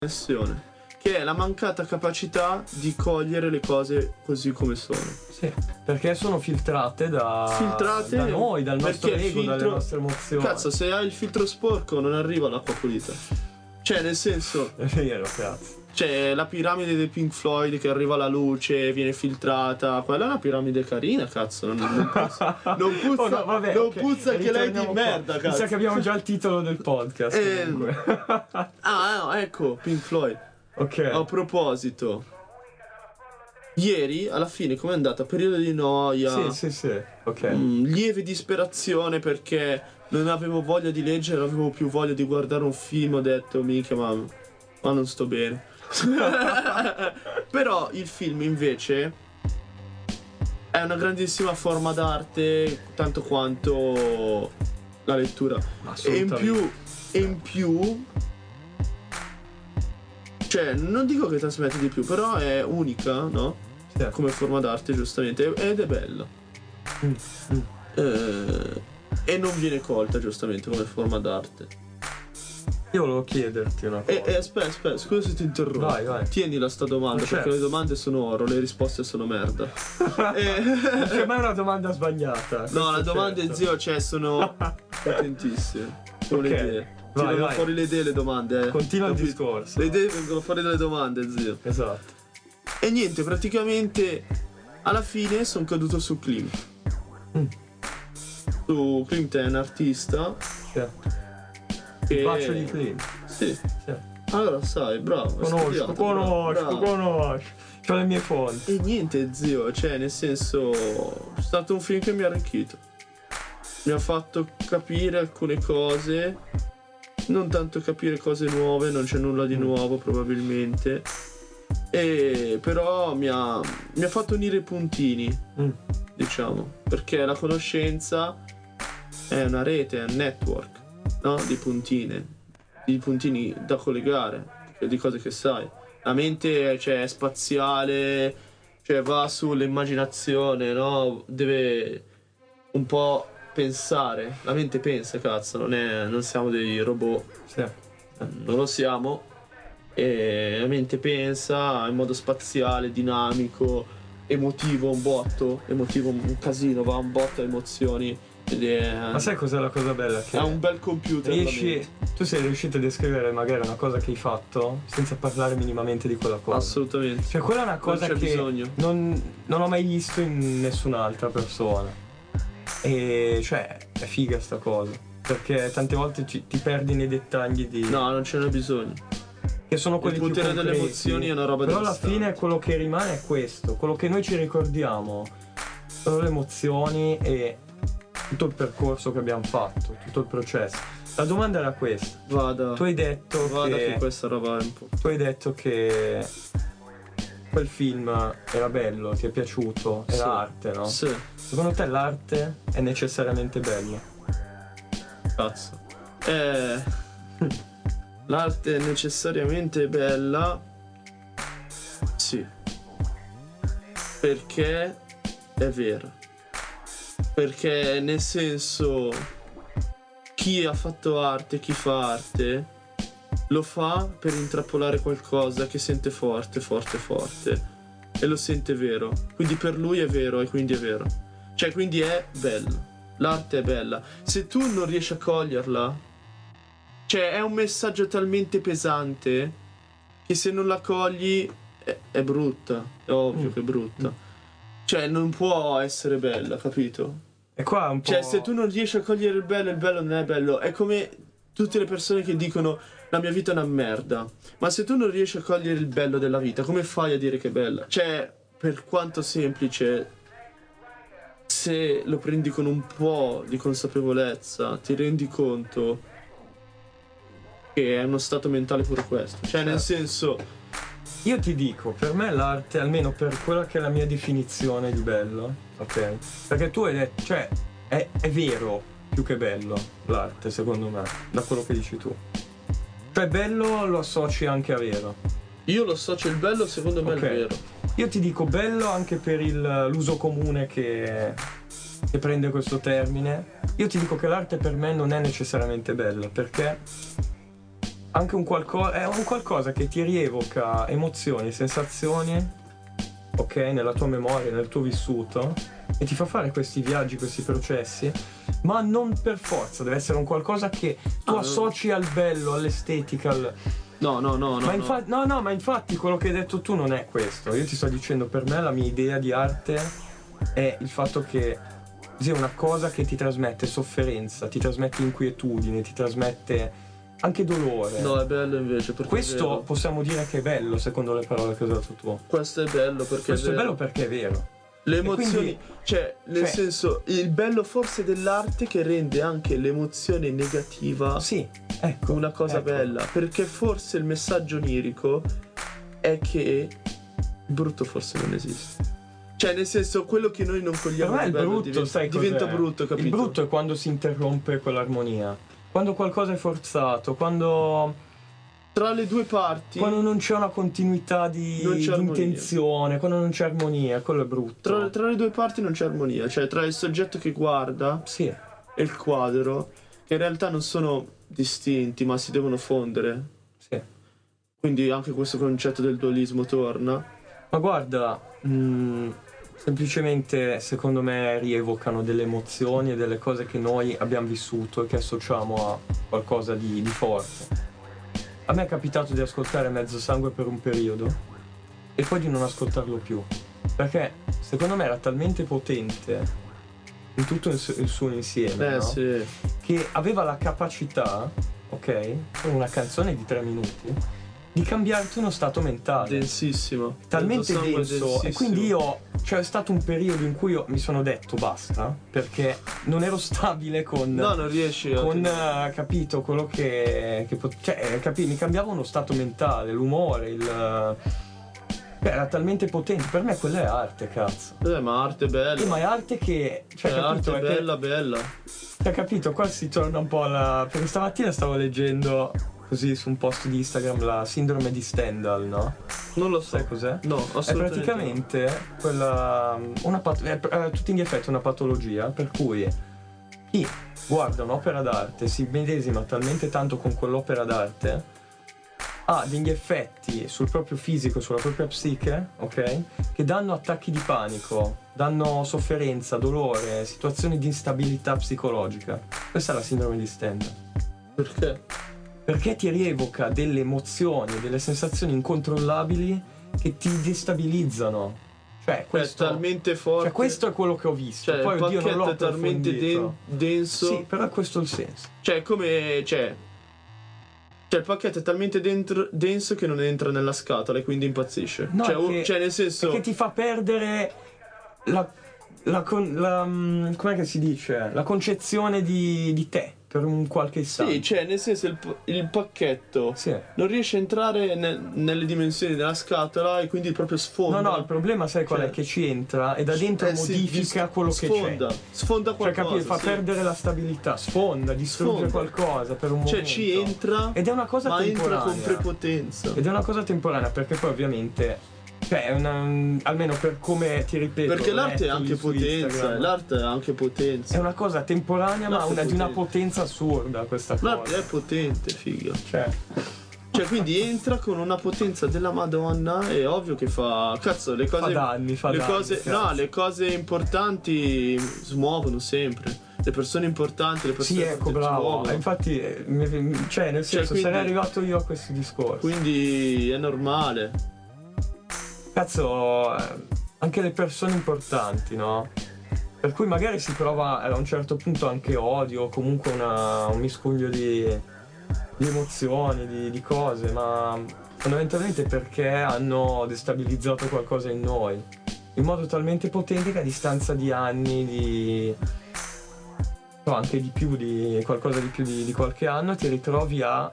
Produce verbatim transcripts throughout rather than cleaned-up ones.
connessione, che è la mancata capacità di cogliere le cose così come sono. Sì, perché sono filtrate da, filtrate da noi, dal nostro ego, filtro, dalle nostre emozioni. Cazzo, se hai il filtro sporco non arriva l'acqua pulita. Cioè, nel senso, è vero, cazzo. C'è la piramide dei Pink Floyd che arriva la luce, viene filtrata. Quella è una piramide carina, cazzo. Non, non puzza, non puzza, oh, no, vabbè, non okay. puzza anche lei di qua. merda, cazzo. Mi sa che abbiamo già il titolo del podcast. Eh, comunque. ah, no, ecco, Pink Floyd. Ok. A proposito, ieri alla fine com'è andata? Periodo di noia. Sì, sì, sì. Ok. Mm, lieve disperazione perché non avevo voglia di leggere, avevo più voglia di guardare un film. Ho detto, mica, ma, ma non sto bene. Però il film invece è una grandissima forma d'arte, tanto quanto la lettura. E in più, e in più, cioè non dico che trasmette di più, però è unica, no? Sì. Come forma d'arte, giustamente, ed è bella. Mm. Mm. Eh, e non viene colta, giustamente, come forma d'arte. Io volevo chiederti una cosa. E, e aspetta, aspetta, scusa se ti interrompo. Vai, vai. Tienila sta domanda, Certo. perché le domande sono oro, le risposte sono merda. e... Non c'è mai una domanda sbagliata. No, le domande, certo. zio, cioè, sono potentissime. Sono Ok. le idee. Vai, Tirano vai. fuori le idee, le domande. Eh. Continua il Capito? discorso. Le idee vengono fuori dalle domande, zio. Esatto. E niente, praticamente alla fine sono caduto su Klimt. Mm. Su Klimt è un artista. Sì. Che... Il bacio di Klimt. Sì. Sì. Allora, sai, bravo. hai Conosco, studiato, conosco, bravo. conosco. C'ho le mie fonti. E niente, zio, cioè, nel senso, è stato un film che mi ha arricchito. Mi ha fatto capire alcune cose, non tanto capire cose nuove, non c'è nulla di nuovo probabilmente. E però mi ha, mi ha fatto unire i puntini, Mm. diciamo, perché la conoscenza è una rete, è un network, no? Di puntine, di puntini da collegare, di cose che sai. La mente, cioè, è spaziale, cioè va sull'immaginazione, no? Deve un po' pensare. La mente pensa, cazzo, non è, non siamo dei robot, Sì. non lo siamo. E la mente pensa in modo spaziale, dinamico, emotivo, un botto, emotivo un casino, va un botto a emozioni. Ed è, Ma sai cos'è la cosa bella? Che è un bel computer. riesci, tu sei riuscito a descrivere magari una cosa che hai fatto senza parlare minimamente di quella cosa. Assolutamente. Cioè quella è una cosa Non c'è che bisogno. non, non ho mai visto in nessun'altra persona. E cioè è figa sta cosa. Perché tante volte ci, ti perdi nei dettagli di. No, non ce n'è bisogno. Che sono quelli Il più potere concreti. delle emozioni è una roba Però alla devastante. fine quello che rimane è questo. Quello che noi ci ricordiamo sono le emozioni e tutto il percorso che abbiamo fatto, tutto il processo. La domanda era questa. Vada. Tu hai detto Vada che che questa roba è un po'. tu hai detto che quel film era bello, ti è piaciuto, era Sì. arte, no? Sì, Secondo te l'arte è necessariamente bella? cazzo. Eh. L'arte è necessariamente bella. Sì. Perché è vera. Perché nel senso, chi ha fatto arte, chi fa arte, lo fa per intrappolare qualcosa che sente forte, forte, forte. E lo sente vero. Quindi per lui è vero e quindi è vero. Cioè, quindi è bello. L'arte è bella. Se tu non riesci a coglierla, cioè è un messaggio talmente pesante che se non la cogli è, è brutta. È ovvio Mm. che è brutta. Cioè non può essere bella, capito? E qua è un po'. Cioè se tu non riesci a cogliere il bello, il bello non è bello. È come tutte le persone che dicono la mia vita è una merda. Ma se tu non riesci a cogliere il bello della vita, come fai a dire che è bella? Cioè, per quanto semplice, se lo prendi con un po' di consapevolezza, ti rendi conto che è uno stato mentale pure questo. Cioè, nel senso, Io ti dico, per me l'arte, almeno per quella che è la mia definizione di bello, ok? Perché tu hai detto, cioè, è, è vero più che bello l'arte, secondo me, da quello che dici tu. Cioè, bello lo associ anche a vero. io lo associo il bello, secondo me Ok. è vero. Io ti dico bello anche per il, l'uso comune che, che prende questo termine. Io ti dico che l'arte per me non è necessariamente bella, perché anche un qualcosa, è un qualcosa che ti rievoca emozioni, sensazioni, ok, nella tua memoria, nel tuo vissuto, e ti fa fare questi viaggi, questi processi, ma non per forza, deve essere un qualcosa che tu Ah, associ al bello, all'estetica, al... No, no, no, no. ma no. infatti, no, no, ma infatti quello che hai detto tu non è questo. Io ti sto dicendo, per me la mia idea di arte è il fatto che sia una cosa che ti trasmette sofferenza, ti trasmette inquietudine, ti trasmette anche dolore. No, è bello invece, perché è Questo vero. possiamo dire che è bello, secondo le parole che hai usato tu. Questo è bello perché Questo è, è vero. bello perché è vero. Le E emozioni, quindi- cioè, nel cioè- senso, il bello forse dell'arte che rende anche l'emozione negativa Sì, ecco. una cosa ecco. bella, perché forse il messaggio onirico è che il brutto forse non esiste. Cioè, nel senso, quello che noi non Per cogliamo me di il bello brutto, diventa, sai diventa cos'è? brutto, capito? Il brutto è quando si interrompe quell'armonia. Quando qualcosa è forzato, quando... Tra le due parti, Quando non c'è una continuità di, Non c'è di armonia. intenzione, quando non c'è armonia, quello è brutto. tra, tra le due parti non c'è armonia, cioè tra il soggetto che guarda Sì, e il quadro, che in realtà non sono distinti, ma si devono fondere. sì. Quindi anche questo concetto del dualismo torna. Ma guarda, mh, semplicemente secondo me rievocano delle emozioni e delle cose che noi abbiamo vissuto e che associamo a qualcosa di, di forte. A me è capitato di ascoltare Mezzo Sangue per un periodo e poi di non ascoltarlo più. Perché secondo me era talmente potente in tutto il, su- il suo insieme, Eh no? sì. Che aveva la capacità, ok, con una canzone di tre minuti, di cambiarti uno stato mentale. Densissimo. Talmente Mezzo sangue denso. E densissimo. quindi io, cioè è stato un periodo in cui io mi sono detto basta, perché non ero stabile con... No, non riesci a... con eh, capito quello che, che pot- cioè capi- mi cambiava uno stato mentale, l'umore, il cioè, era talmente potente. Per me quella è arte, cazzo. Eh, ma arte bella. Eh, ma è arte che cioè È capito arte è che- bella, bella. cioè, capito, qua si torna un po' alla... Perché stamattina stavo leggendo così su un post di Instagram la sindrome di Stendhal, no? Non lo so. Sai cos'è? No, È assolutamente praticamente quella una pat- è pr- è tutti gli effetti una patologia per cui chi guarda un'opera d'arte si medesima talmente tanto con quell'opera d'arte ha degli effetti sul proprio fisico, sulla propria psiche, ok? Che danno attacchi di panico, danno sofferenza, dolore, situazioni di instabilità psicologica. Questa è la sindrome di Stendhal. no. Perché? Perché ti rievoca delle emozioni, delle sensazioni incontrollabili che ti destabilizzano. Cioè, questo, è talmente forte. cioè, questo è quello che ho visto. Cioè, Poi il oddio, non l'ho pacchetto è talmente den- approfondito. denso. Sì, però questo è il senso. Cioè, è come. Cioè. Cioè, il pacchetto è talmente dentro, denso che non entra nella scatola e quindi impazzisce. No, cioè, è o- che- cioè, nel senso. Perché ti fa perdere la, la, con- la mm, com'è che si dice? La concezione di, di te per un qualche istante. Sì, cioè, nel senso, il, p- il pacchetto Sì. non riesce a entrare ne- nelle dimensioni della scatola e quindi proprio sfonda. No, no, il problema sai qual Cioè- è? Che ci entra e da dentro Eh sì, modifica dis- quello che sfonda, c'è. Sfonda Cioè, qualcosa. capire, fa sì. perdere la stabilità, sfonda, distrugge Sfonda. qualcosa per un momento. Cioè, ci entra. Ed è una cosa ma temporanea. entra con prepotenza. Ed è una cosa temporanea perché poi ovviamente, cioè, è una, almeno per come ti ripeto. Perché ho l'arte è letto anche su potenza. Instagram, L'arte è anche potenza. È una cosa temporanea, ma L'arte è una, di una potente. potenza assurda questa cosa. L'arte è potente, figa. Cioè, Cioè, quindi entra con una potenza della Madonna. È ovvio che fa. Cazzo, le cose. fa danni, fa le danni. cose. No, cazzo. le cose importanti smuovono sempre. Le persone importanti, le persone Sì, ecco, forti bravo. smuovono. Eh, Infatti, eh, mi- cioè, nel senso, quindi- sarei arrivato io a questo discorso. Quindi è normale. Cazzo, eh, anche le persone importanti, no? Per cui magari si prova a un certo punto anche odio, o comunque una- un miscuglio di, di emozioni, di, di cose, ma fondamentalmente perché hanno destabilizzato qualcosa in noi, in modo talmente potente che a distanza di anni, di... no, anche di più, di qualcosa di più di, di qualche anno, ti ritrovi a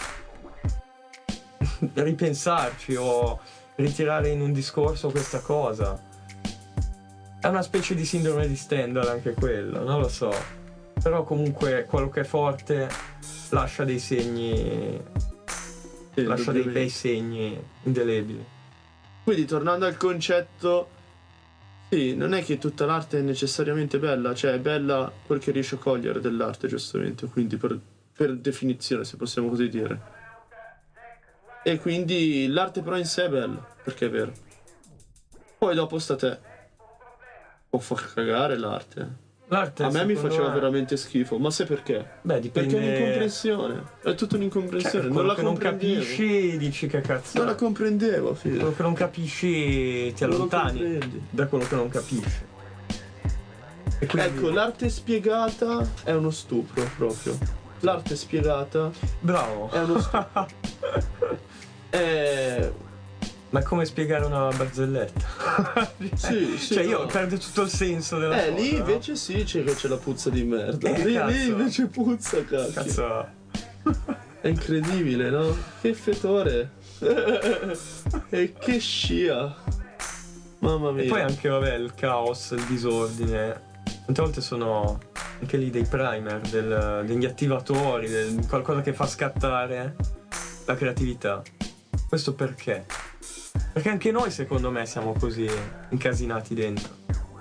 ripensarci o ritirare in un discorso questa cosa. È una specie di sindrome di Stendhal anche quello, non lo so. Però comunque quello che è forte lascia dei segni, Sì, lascia dei indubbiamente. bei segni indelebili. Quindi tornando al concetto, sì, non è che tutta l'arte è necessariamente bella, cioè è bella quel che riesce a cogliere dell'arte, giustamente, quindi per, per definizione, se possiamo così dire. E quindi l'arte però in sé è bella, perché è vero. Poi dopo sta te. Può far cagare l'arte. L'arte A me mi faceva me... veramente schifo, ma sai perché? Beh, dipende... Perché è un'incomprensione. È tutta un'incomprensione. Cioè, non quello la che non comprendevo. capisci dici che cazzo. Non la comprendevo, figlio. Quello che non capisci ti Non lo allontani comprendi. da quello che non capisci. E quindi... Ecco, l'arte spiegata è uno stupro proprio. L'arte spiegata Bravo. è uno stupro. È... Ma è come spiegare una barzelletta. Sì, sì. Cioè io no. perdo tutto il senso della Eh, cosa. lì no? invece sì, c'è che c'è la puzza di merda. Eh, lì, cazzo. lì invece puzza, cacchio. Cazzo. È incredibile, no? Che fetore. E che scia. Mamma mia. E poi anche, vabbè, il caos, il disordine. Tante volte sono anche lì dei primer, del, degli attivatori, del, qualcosa che fa scattare la creatività. Questo perché? Perché anche noi, secondo me, siamo così incasinati dentro.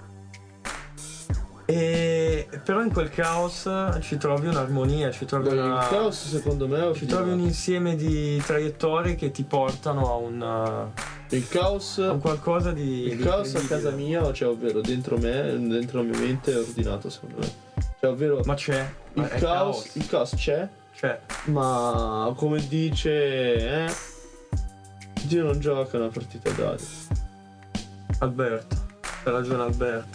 E però in quel caos ci trovi un'armonia, ci trovi Beh, una... il caos secondo me è ci trovi un insieme di traiettorie che ti portano a un, Il caos a un qualcosa di... Il di caos a incredibile. casa mia, cioè ovvero dentro me, dentro la mia mente è ordinato secondo me. Cioè ovvero Ma c'è. il è caos, il caos c'è, C'è. ma come dice eh Dio non gioca una partita a dadi. Alberto. Ha ragione Alberto.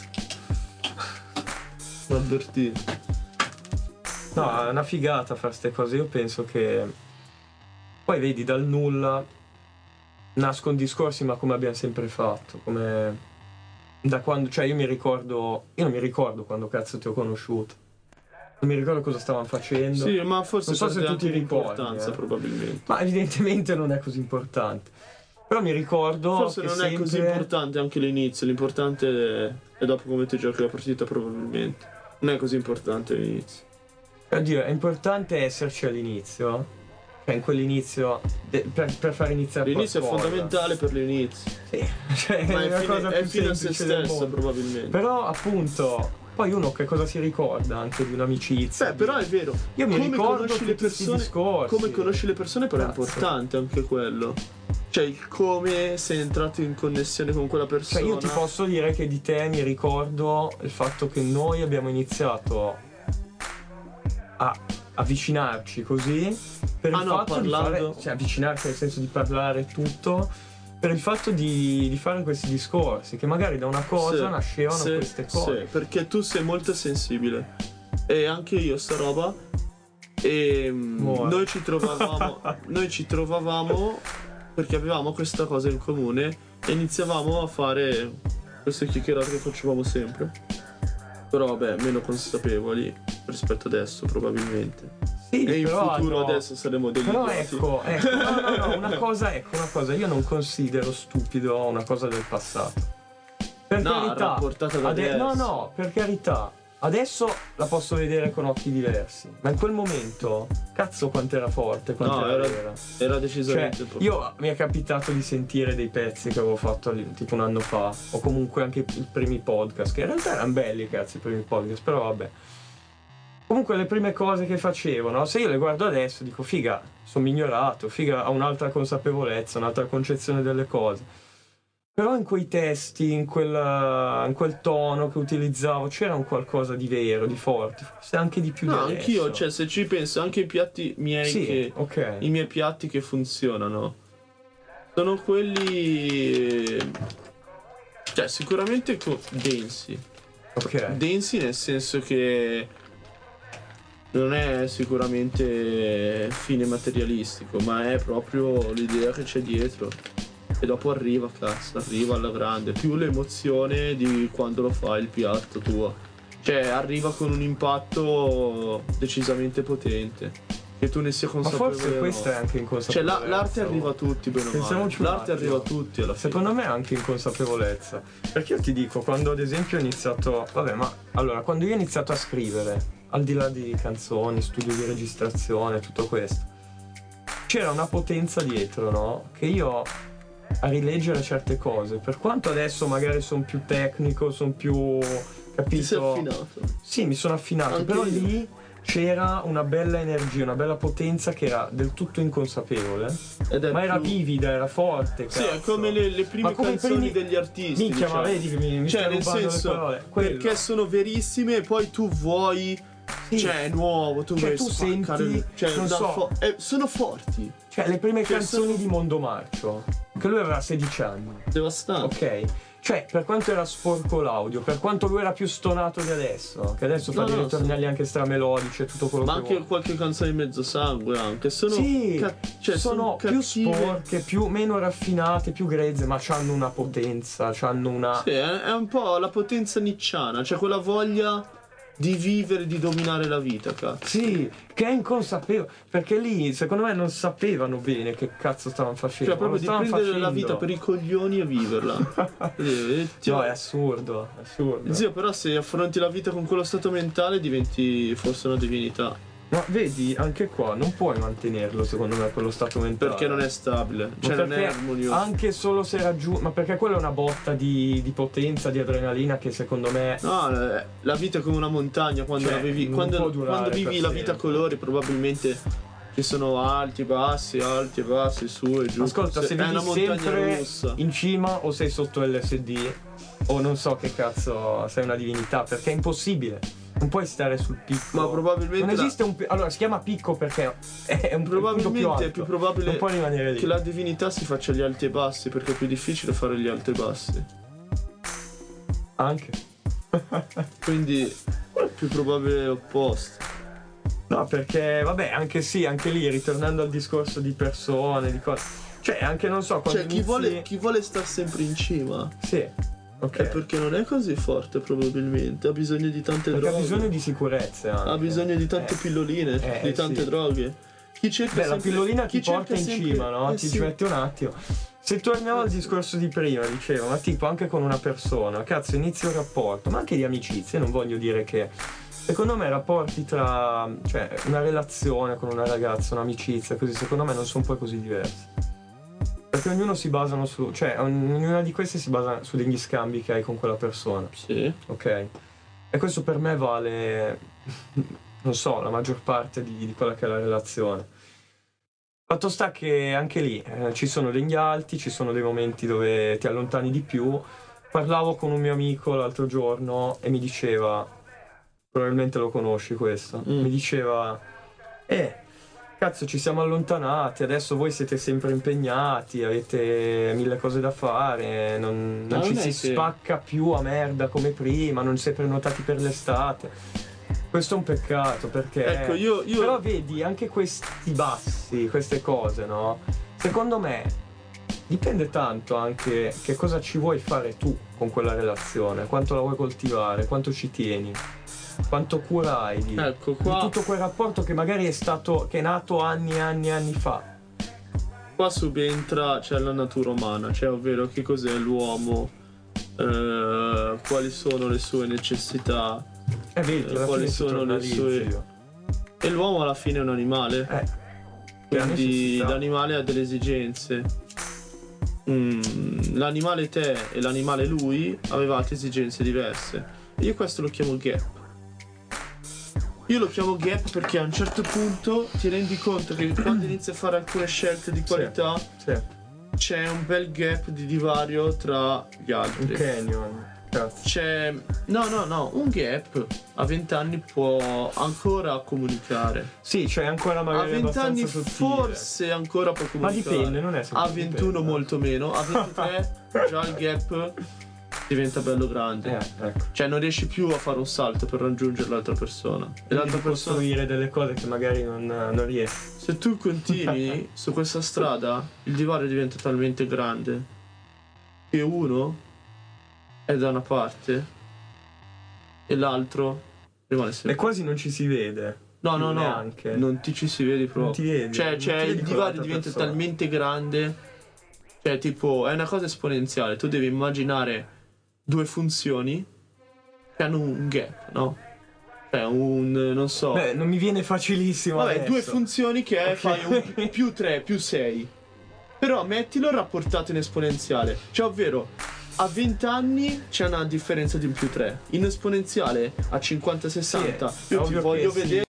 Albertino. No, è una figata fare ste cose. Io penso che poi vedi dal nulla nascono discorsi, ma come abbiamo sempre fatto, come da quando, cioè io mi ricordo, io non mi ricordo quando cazzo ti ho conosciuto. Non mi ricordo cosa stavamo facendo. Sì, ma forse non so se perde tu ti anche ricordi, l'importanza, eh. probabilmente. Ma evidentemente non è così importante. Però mi ricordo Forse che non sempre... è così importante anche l'inizio, l'importante è, è dopo come ti giochi la partita probabilmente. Non è così importante l'inizio. Oddio, è importante esserci all'inizio. Cioè in quell'inizio de- per, per far iniziare L'inizio è qualcosa. fondamentale per l'inizio. Sì, cioè Ma è è la fine, cosa è più fine a se semplice del stessa mondo. probabilmente. Però appunto poi uno che cosa si ricorda anche di un'amicizia? Beh, però è vero. Io mi come ricordo conosci tutti le questi persone, discorsi. come conosci le persone, però Cazzo. è importante anche quello. Cioè il come sei entrato in connessione con quella persona. Cioè io ti posso dire che di te mi ricordo il fatto che noi abbiamo iniziato a avvicinarci così per il Ah, no, fatto parlando- di fare, cioè avvicinarci nel senso di parlare tutto, per il fatto di, di fare questi discorsi che magari da una cosa Sì, nascevano sì, queste cose. Sì, perché tu sei molto sensibile. E anche io sta roba. E mm, Muore. noi ci trovavamo. Noi ci trovavamo perché avevamo questa cosa in comune e iniziavamo a fare queste chiacchierate che facevamo sempre. Però vabbè, meno consapevoli rispetto adesso probabilmente. Sì, E in però futuro hanno- adesso saremo degli Però idioti. ecco, ecco, no, no, no, una cosa, ecco, una cosa, io non considero stupido una cosa del passato. Per No, carità, rapportata da ade- no, adesso. no, per carità, adesso la posso vedere con occhi diversi, ma in quel momento, cazzo quanto era forte, quanto No, era era, vera. era Cioè, decisamente un po'. io mi è capitato di sentire dei pezzi che avevo fatto lì, tipo un anno fa, o comunque anche i primi podcast, che in realtà erano belli, cazzo, i primi podcast, però vabbè. Comunque le prime cose che facevo, no? Se io le guardo adesso dico figa, sono migliorato, figa, ho un'altra consapevolezza, un'altra concezione delle cose. Però in quei testi, in quel, in quel tono che utilizzavo, c'era un qualcosa di vero, di forte, forse anche di più No, di anch'io, adesso. cioè se ci penso, anche i piatti miei Sì, che. ok. I miei piatti che funzionano sono quelli. Cioè, sicuramente co- densi. Ok. Densi nel senso che non è sicuramente fine materialistico, ma è proprio l'idea che c'è dietro. E dopo arriva, cazzo, arriva alla grande. Più l'emozione di quando lo fai il piatto tuo. Cioè, arriva con un impatto decisamente potente. Che tu ne sia Ma consapevole. forse o questa è no. anche Cioè, inconsapevolezza. la- l'arte arriva a tutti, bene o male. Pensiamoci un L'arte attimo. arriva a tutti alla fine. Secondo me è anche inconsapevolezza. Perché io ti dico, quando ad esempio ho iniziato. Vabbè, ma allora, quando io ho iniziato a scrivere, al di là di canzoni, studio di registrazione, tutto questo, c'era una potenza dietro, no? Che io a rileggere certe cose, per quanto adesso magari sono più tecnico, sono più. Ti sei Capito? affinato. Sì, mi sono affinato, Anche però io. lì c'era una bella energia, una bella potenza che era del tutto inconsapevole, Ed è ma era più- vivida, era forte. Sì, cazzo. è come le, le prime Ma come i canzoni primi- degli artisti. Minchia, diciamo. ma vedi che mi, mi Cioè, stai nel rubando senso, le parole. Quello. perché sono verissime e poi tu vuoi. Sì. Cioè, è nuovo, tu Cioè, vuoi tu spaccare- senti, cioè, non da so. fo- eh, sono forti, Cioè, le prime Cioè, canzoni sono- di Mondo Marcio, che lui aveva sedici anni, devastanti. ok? Cioè, per quanto era sporco l'audio, per quanto lui era più stonato di adesso, che adesso fa No, dei no, ritornelli anche stramelodici e tutto quello Ma che anche vuole. qualche canzone di mezzo sangue anche sono Sì, ca- cioè, sono più cattive. sporche, più, meno raffinate, più grezze, ma hanno una potenza, hanno una... Sì, è, è un po' la potenza nicciana, cioè quella voglia di vivere, di dominare la vita, cazzo. Sì, che è inconsapevole, perché lì secondo me non sapevano bene che cazzo stavano facendo. Cioè proprio Lo di stavano prendere la facendo. vita per i coglioni e viverla. Eh, No, è assurdo, è assurdo. Zio, però se affronti la vita con quello stato mentale diventi forse una divinità. Ma vedi, anche qua non puoi mantenerlo secondo me quello stato mentale. Perché non è stabile, Ma cioè non è perché armonioso. anche solo se raggiunge, ma perché quella è una botta di, di potenza, di adrenalina che secondo me No, eh, la vita è come una montagna quando Cioè, la vivi. non Quando, può durare quando vivi per la vita a sempre. colori, probabilmente ci sono alti e bassi, alti e bassi, su e giù. ascolta, se è vivi una montagna sempre russa. in cima o sei sotto L S D o non so che cazzo, sei una divinità, perché è impossibile. Non puoi stare sul picco. Ma probabilmente non la- esiste un pi- allora si chiama picco perché è un punto più Probabilmente alto. è più probabile non puoi rimanere lì. che la divinità si faccia gli alti e bassi, perché è più difficile fare gli alti e bassi. Anche. Quindi è più probabile l'opposto. No, perché vabbè, anche sì, anche lì ritornando al discorso di persone, di cose. Cioè, anche non so, quando Cioè, chi inizi- vuole, chi vuole stare sempre in cima Sì. Ok. è perché non è così forte, probabilmente. Ha bisogno di tante Perché ha droghe. bisogno di sicurezze anche. Ha bisogno di tante Eh. pilloline, Eh, di tante sì. droghe. Chi cerca Beh, la sempre- pillolina chi ti porta cerca in sempre- cima, no? eh, ti sì. metti un attimo. Se torniamo al discorso di prima, dicevo, ma tipo anche con una persona, cazzo, inizio un rapporto, ma anche di amicizia, non voglio dire che. Secondo me rapporti tra. Cioè, una relazione con una ragazza, un'amicizia, così, secondo me non sono poi così diversi. Perché ognuno si basano su. Cioè, ognuna di queste si basa su degli scambi che hai con quella persona. Sì. Ok? E questo per me vale, non so, la maggior parte di, di quella che è la relazione. Fatto sta che anche lì eh, ci sono degli alti, ci sono dei momenti dove ti allontani di più. Parlavo con un mio amico l'altro giorno e mi diceva, probabilmente lo conosci questo, Mm. mi diceva, eh, cazzo ci siamo allontanati, adesso voi siete sempre impegnati, avete mille cose da fare, non, non Ma ci non è si che- spacca più a merda come prima, non si è prenotati per l'estate. Questo è un peccato perché... Ecco, io- io- Però vedi, anche questi bassi, queste cose, no? Secondo me dipende tanto anche che cosa ci vuoi fare tu con quella relazione, quanto la vuoi coltivare, quanto ci tieni, quanto cura hai di, Ecco, di qua, tutto quel rapporto che magari è stato, che è nato anni e anni e anni fa. qua subentra cioè, la natura umana, cioè ovvero che cos'è l'uomo, eh, quali sono le sue necessità. E vedi, Eh, alla quali fine si sono torna le lì, sue- zio. E l'uomo alla fine è un animale. Eh, che ha Quindi necessità. l'animale ha delle esigenze. Mm, l'animale te e l'animale lui avevate esigenze diverse. E io questo lo chiamo gap. Io lo chiamo gap perché a un certo punto ti rendi conto che quando inizi a fare alcune scelte di qualità Sì, c'è un bel gap di divario tra gli un altri. canyon, cazzo. C'è. No, no, no, un gap a venti anni può ancora comunicare. Sì, c'è ancora A magari venti anni abbastanza sottile. forse ancora può Ma comunicare. dipende, non è sempre A ventuno dipende. molto meno, a ventitré già il gap diventa bello grande. Eh, ecco. Cioè non riesci più a fare un salto per raggiungere l'altra persona. E Quindi l'altra di persona. costruire delle cose che magari non, non riesci. Se tu continui su questa strada, il divario diventa talmente grande che uno è da una parte e l'altro rimane E sempre. quasi non ci si vede. No, no, no, neanche. non ti ci si vedi proprio. Non ti vedi. Cioè, non cioè ti vedi il con divario l'altra diventa persona. talmente grande. Cioè, tipo, è una cosa esponenziale. Tu devi immaginare due funzioni che hanno un gap, no? Cioè, un, non so. Beh, non mi viene facilissimo Vabbè, adesso. due funzioni che è, Ok. fai un più tre più sei. Però mettilo rapportato in esponenziale. Cioè, ovvero, a venti anni c'è una differenza di un più tre. In esponenziale a cinquanta sessanta Sì, è io ti ovvio voglio che sì. vedere